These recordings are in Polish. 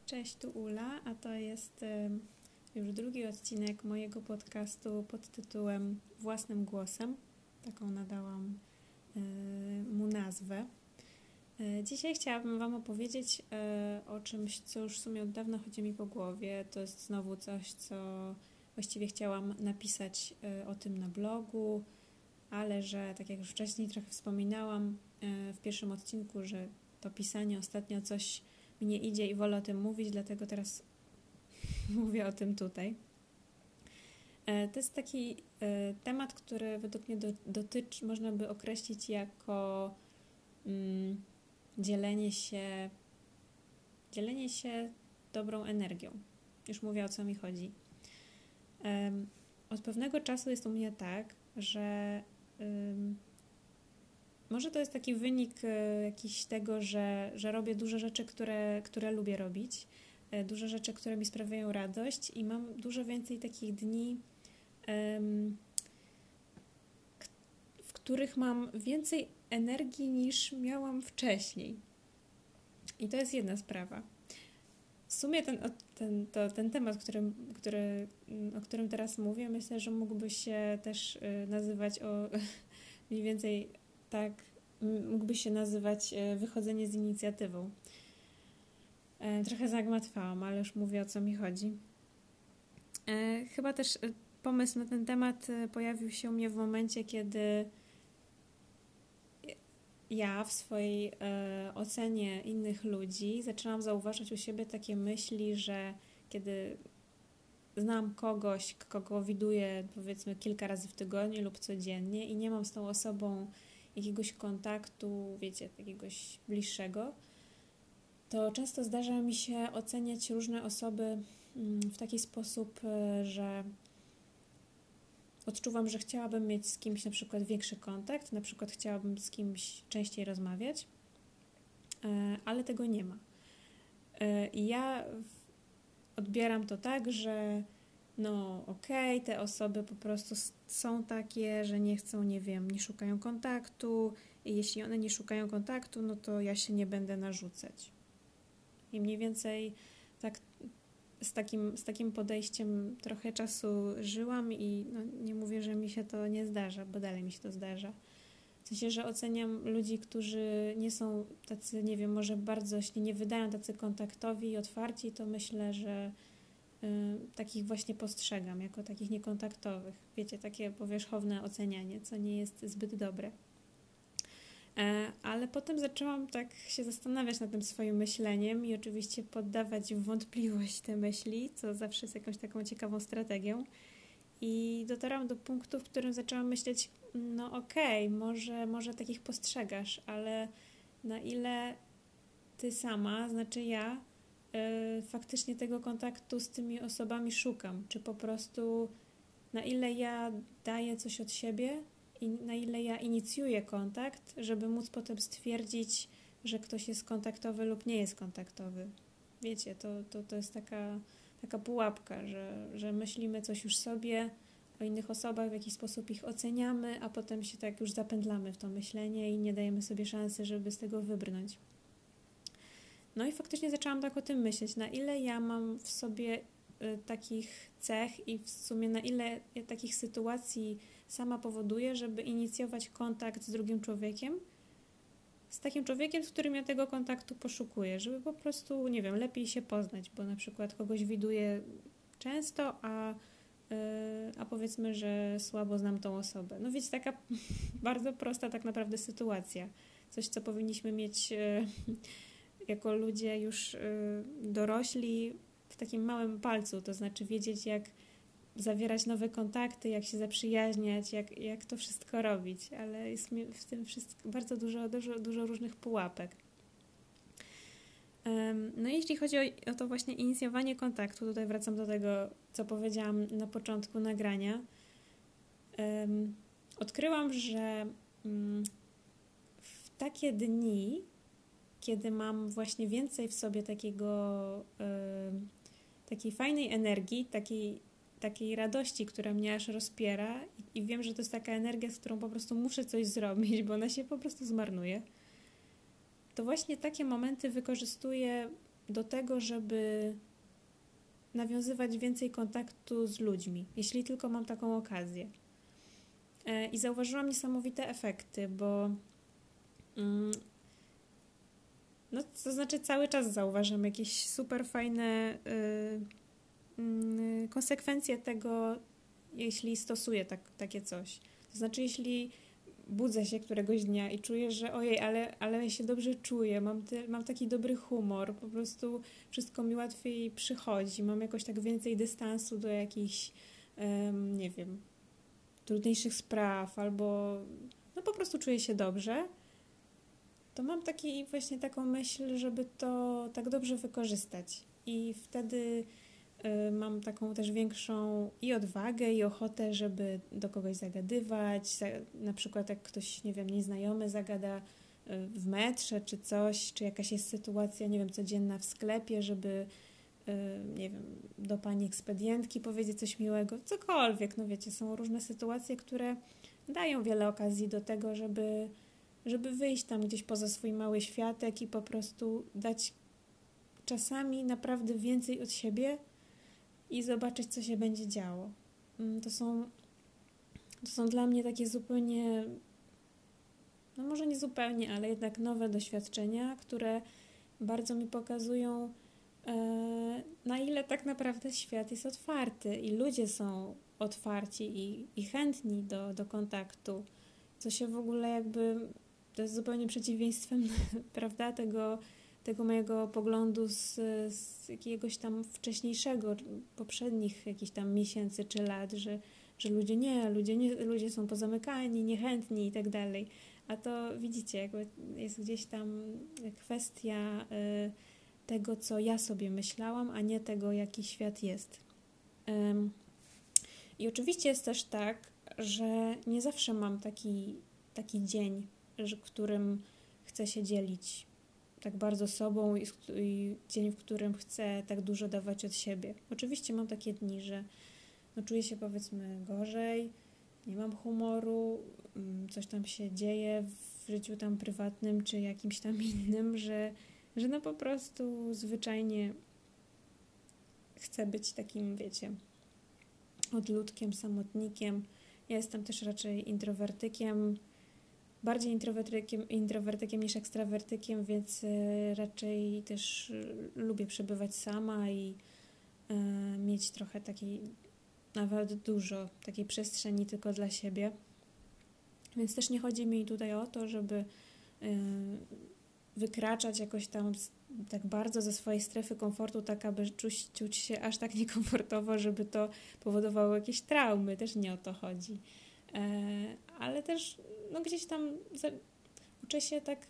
Cześć, tu Ula, a to jest już drugi odcinek mojego podcastu pod tytułem Własnym głosem. Taką nadałam mu nazwę. Dzisiaj chciałabym Wam opowiedzieć o czymś, co już w sumie od dawna chodzi mi po głowie. To jest znowu coś, co właściwie chciałam napisać o tym na blogu, ale że, tak jak już wcześniej trochę wspominałam w pierwszym odcinku, że to pisanie ostatnio coś mi nie idzie i wolę o tym mówić, dlatego teraz mówię o tym tutaj. To jest taki temat, który według mnie dotyczy, można by określić jako dzielenie się dobrą energią. Już mówię, o co mi chodzi. Od pewnego czasu jest u mnie tak, że może to jest taki wynik jakiś tego, że robię dużo rzeczy, które lubię robić, dużo rzeczy, które mi sprawiają radość i mam dużo więcej takich dni, w których mam więcej energii niż miałam wcześniej. I to jest jedna sprawa. W sumie ten temat, o którym teraz mówię, myślę, że mógłby się też nazywać mniej więcej tak, mógłby się nazywać wychodzenie z inicjatywą. Trochę zagmatwałam, ale już mówię, o co mi chodzi. Chyba też pomysł na ten temat pojawił się u mnie w momencie, kiedy ja w swojej ocenie innych ludzi zaczęłam zauważać u siebie takie myśli, że kiedy znam kogoś, kogo widuję powiedzmy kilka razy w tygodniu lub codziennie i nie mam z tą osobą jakiegoś kontaktu, wiecie, jakiegoś bliższego, to często zdarza mi się oceniać różne osoby w taki sposób, że odczuwam, że chciałabym mieć z kimś na przykład większy kontakt, na przykład chciałabym z kimś częściej rozmawiać, ale tego nie ma. I ja odbieram to tak, że te osoby po prostu są takie, że nie chcą, nie wiem, nie szukają kontaktu i jeśli one nie szukają kontaktu, no to ja się nie będę narzucać. I mniej więcej tak z takim podejściem trochę czasu żyłam i nie mówię, że mi się to nie zdarza, bo dalej mi się to zdarza. W sensie, że oceniam ludzi, którzy nie są tacy, nie wiem, może bardzo się nie wydają tacy kontaktowi i otwarci, to myślę, że takich właśnie postrzegam jako takich niekontaktowych. Wiecie, takie powierzchowne ocenianie, co nie jest zbyt dobre. Ale potem zaczęłam tak się zastanawiać nad tym swoim myśleniem i oczywiście poddawać w wątpliwość te myśli, co zawsze jest jakąś taką ciekawą strategią. I dotarłam do punktu, w którym zaczęłam myśleć, może takich postrzegasz, ale na ile ty sama, znaczy ja, faktycznie tego kontaktu z tymi osobami szukam, czy po prostu na ile ja daję coś od siebie i na ile ja inicjuję kontakt, żeby móc potem stwierdzić, że ktoś jest kontaktowy lub nie jest kontaktowy. Wiecie, to jest taka pułapka, że myślimy coś już sobie o innych osobach, w jakiś sposób ich oceniamy, a potem się tak już zapędlamy w to myślenie i nie dajemy sobie szansy, żeby z tego wybrnąć. No i faktycznie zaczęłam tak o tym myśleć, na ile ja mam w sobie takich cech i w sumie na ile ja takich sytuacji sama powoduję, żeby inicjować kontakt z drugim człowiekiem, z takim człowiekiem, z którym ja tego kontaktu poszukuję, żeby po prostu, nie wiem, lepiej się poznać, bo na przykład kogoś widuję często, a powiedzmy, że słabo znam tą osobę. No wiecie, taka bardzo prosta tak naprawdę sytuacja. Coś, co powinniśmy mieć jako ludzie już dorośli w takim małym palcu, to znaczy wiedzieć, jak zawierać nowe kontakty, jak się zaprzyjaźniać, jak to wszystko robić, ale jest w tym wszystkim bardzo dużo różnych pułapek. No i jeśli chodzi o to właśnie inicjowanie kontaktu, tutaj wracam do tego, co powiedziałam na początku nagrania, odkryłam, że w takie dni, kiedy mam właśnie więcej w sobie takiej fajnej energii, takiej radości, która mnie aż rozpiera i wiem, że to jest taka energia, z którą po prostu muszę coś zrobić, bo ona się po prostu zmarnuje, to właśnie takie momenty wykorzystuję do tego, żeby nawiązywać więcej kontaktu z ludźmi, jeśli tylko mam taką okazję. I zauważyłam niesamowite efekty, bo no, to znaczy cały czas zauważam jakieś super fajne konsekwencje tego, jeśli stosuję takie coś. To znaczy, jeśli budzę się któregoś dnia i czuję, że ojej, ale się dobrze czuję, mam taki dobry humor, po prostu wszystko mi łatwiej przychodzi, mam jakoś tak więcej dystansu do jakichś, nie wiem, trudniejszych spraw, albo no po prostu czuję się dobrze, to mam właśnie taką myśl, żeby to tak dobrze wykorzystać. I wtedy mam taką też większą i odwagę, i ochotę, żeby do kogoś zagadywać. Na przykład jak ktoś, nie wiem, nieznajomy zagada w metrze czy coś, czy jakaś jest sytuacja, nie wiem, codzienna w sklepie, żeby nie wiem, do pani ekspedientki powiedzieć coś miłego, cokolwiek, no wiecie, są różne sytuacje, które dają wiele okazji do tego, żeby wyjść tam gdzieś poza swój mały światek i po prostu dać czasami naprawdę więcej od siebie i zobaczyć, co się będzie działo. To są dla mnie takie zupełnie, no może nie zupełnie, ale jednak nowe doświadczenia, które bardzo mi pokazują, na ile tak naprawdę świat jest otwarty i ludzie są otwarci i chętni do kontaktu, co się w ogóle jakby, to jest zupełnie przeciwieństwem prawda, tego mojego poglądu z jakiegoś tam wcześniejszego, poprzednich jakichś tam miesięcy czy lat, że ludzie są pozamykani, niechętni i tak dalej. A to widzicie, jakby jest gdzieś tam kwestia tego, co ja sobie myślałam, a nie tego, jaki świat jest. I oczywiście jest też tak, że nie zawsze mam taki dzień, którym chcę się dzielić tak bardzo sobą i dzień, w którym chcę tak dużo dawać od siebie. Oczywiście mam takie dni, że no czuję się powiedzmy gorzej, nie mam humoru, coś tam się dzieje w życiu tam prywatnym czy jakimś tam innym, że no po prostu zwyczajnie chcę być takim, wiecie, odludkiem, samotnikiem. Ja jestem też raczej introwertykiem, bardziej introwertykiem niż ekstrawertykiem, więc raczej też lubię przebywać sama i mieć trochę takiej, nawet dużo takiej przestrzeni tylko dla siebie. Więc też nie chodzi mi tutaj o to, żeby wykraczać jakoś tam tak bardzo ze swojej strefy komfortu, tak aby czuć się aż tak niekomfortowo, żeby to powodowało jakieś traumy. Też nie o to chodzi. Ale też no gdzieś tam uczę się tak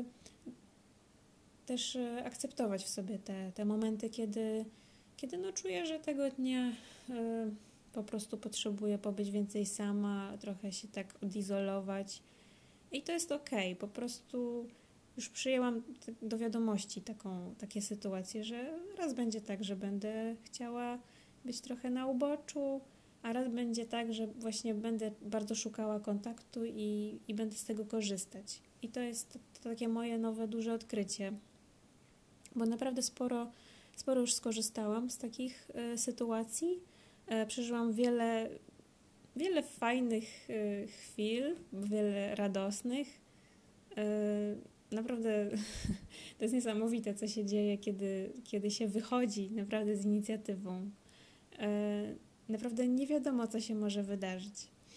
też akceptować w sobie te momenty, kiedy no czuję, że tego dnia po prostu potrzebuję pobyć więcej sama, trochę się tak odizolować i to jest okej. Po prostu już przyjęłam do wiadomości takie sytuacje, że raz będzie tak, że będę chciała być trochę na uboczu, a raz będzie tak, że właśnie będę bardzo szukała kontaktu i będę z tego korzystać. I to jest to takie moje nowe, duże odkrycie, bo naprawdę sporo już skorzystałam z takich sytuacji. Przeżyłam wiele fajnych chwil, wiele radosnych. Naprawdę to jest niesamowite, co się dzieje, kiedy się wychodzi naprawdę z inicjatywą. Naprawdę nie wiadomo, co się może wydarzyć.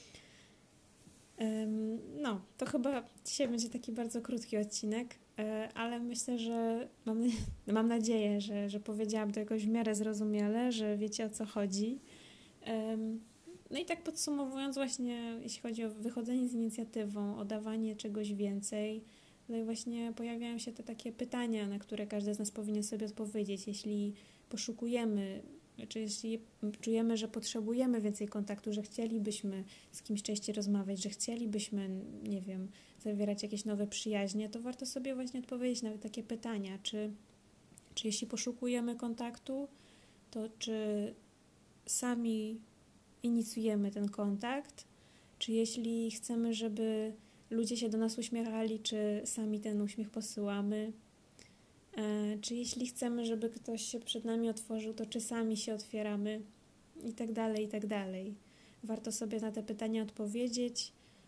No, to chyba dzisiaj będzie taki bardzo krótki odcinek, ale myślę, że mam nadzieję, że powiedziałam to jakoś w miarę zrozumiale, że wiecie, o co chodzi. No i tak podsumowując właśnie, jeśli chodzi o wychodzenie z inicjatywą, o dawanie czegoś więcej, tutaj właśnie pojawiają się te takie pytania, na które każdy z nas powinien sobie odpowiedzieć. Jeśli poszukujemy, czy jeśli czujemy, że potrzebujemy więcej kontaktu, że chcielibyśmy z kimś częściej rozmawiać, że chcielibyśmy, nie wiem, zawierać jakieś nowe przyjaźnie, to warto sobie właśnie odpowiedzieć na takie pytania, czy jeśli poszukujemy kontaktu, to czy sami inicjujemy ten kontakt, czy jeśli chcemy, żeby ludzie się do nas uśmiechali, czy sami ten uśmiech posyłamy. Czy jeśli chcemy, żeby ktoś się przed nami otworzył, to czy sami się otwieramy i tak dalej, i tak dalej. Warto sobie na te pytania odpowiedzieć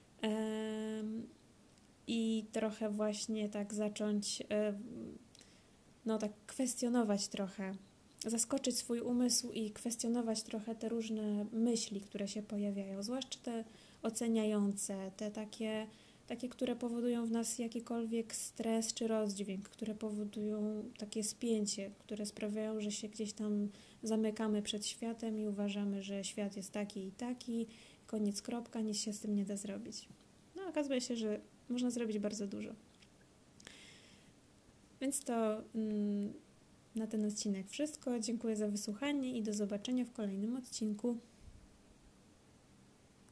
i trochę właśnie tak zacząć tak kwestionować trochę, zaskoczyć swój umysł i kwestionować trochę te różne myśli, które się pojawiają, zwłaszcza te oceniające, te takie, które powodują w nas jakikolwiek stres czy rozdźwięk, które powodują takie spięcie, które sprawiają, że się gdzieś tam zamykamy przed światem i uważamy, że świat jest taki i taki, koniec, kropka, nic się z tym nie da zrobić. No, okazuje się, że można zrobić bardzo dużo. Więc to na ten odcinek wszystko. Dziękuję za wysłuchanie i do zobaczenia w kolejnym odcinku.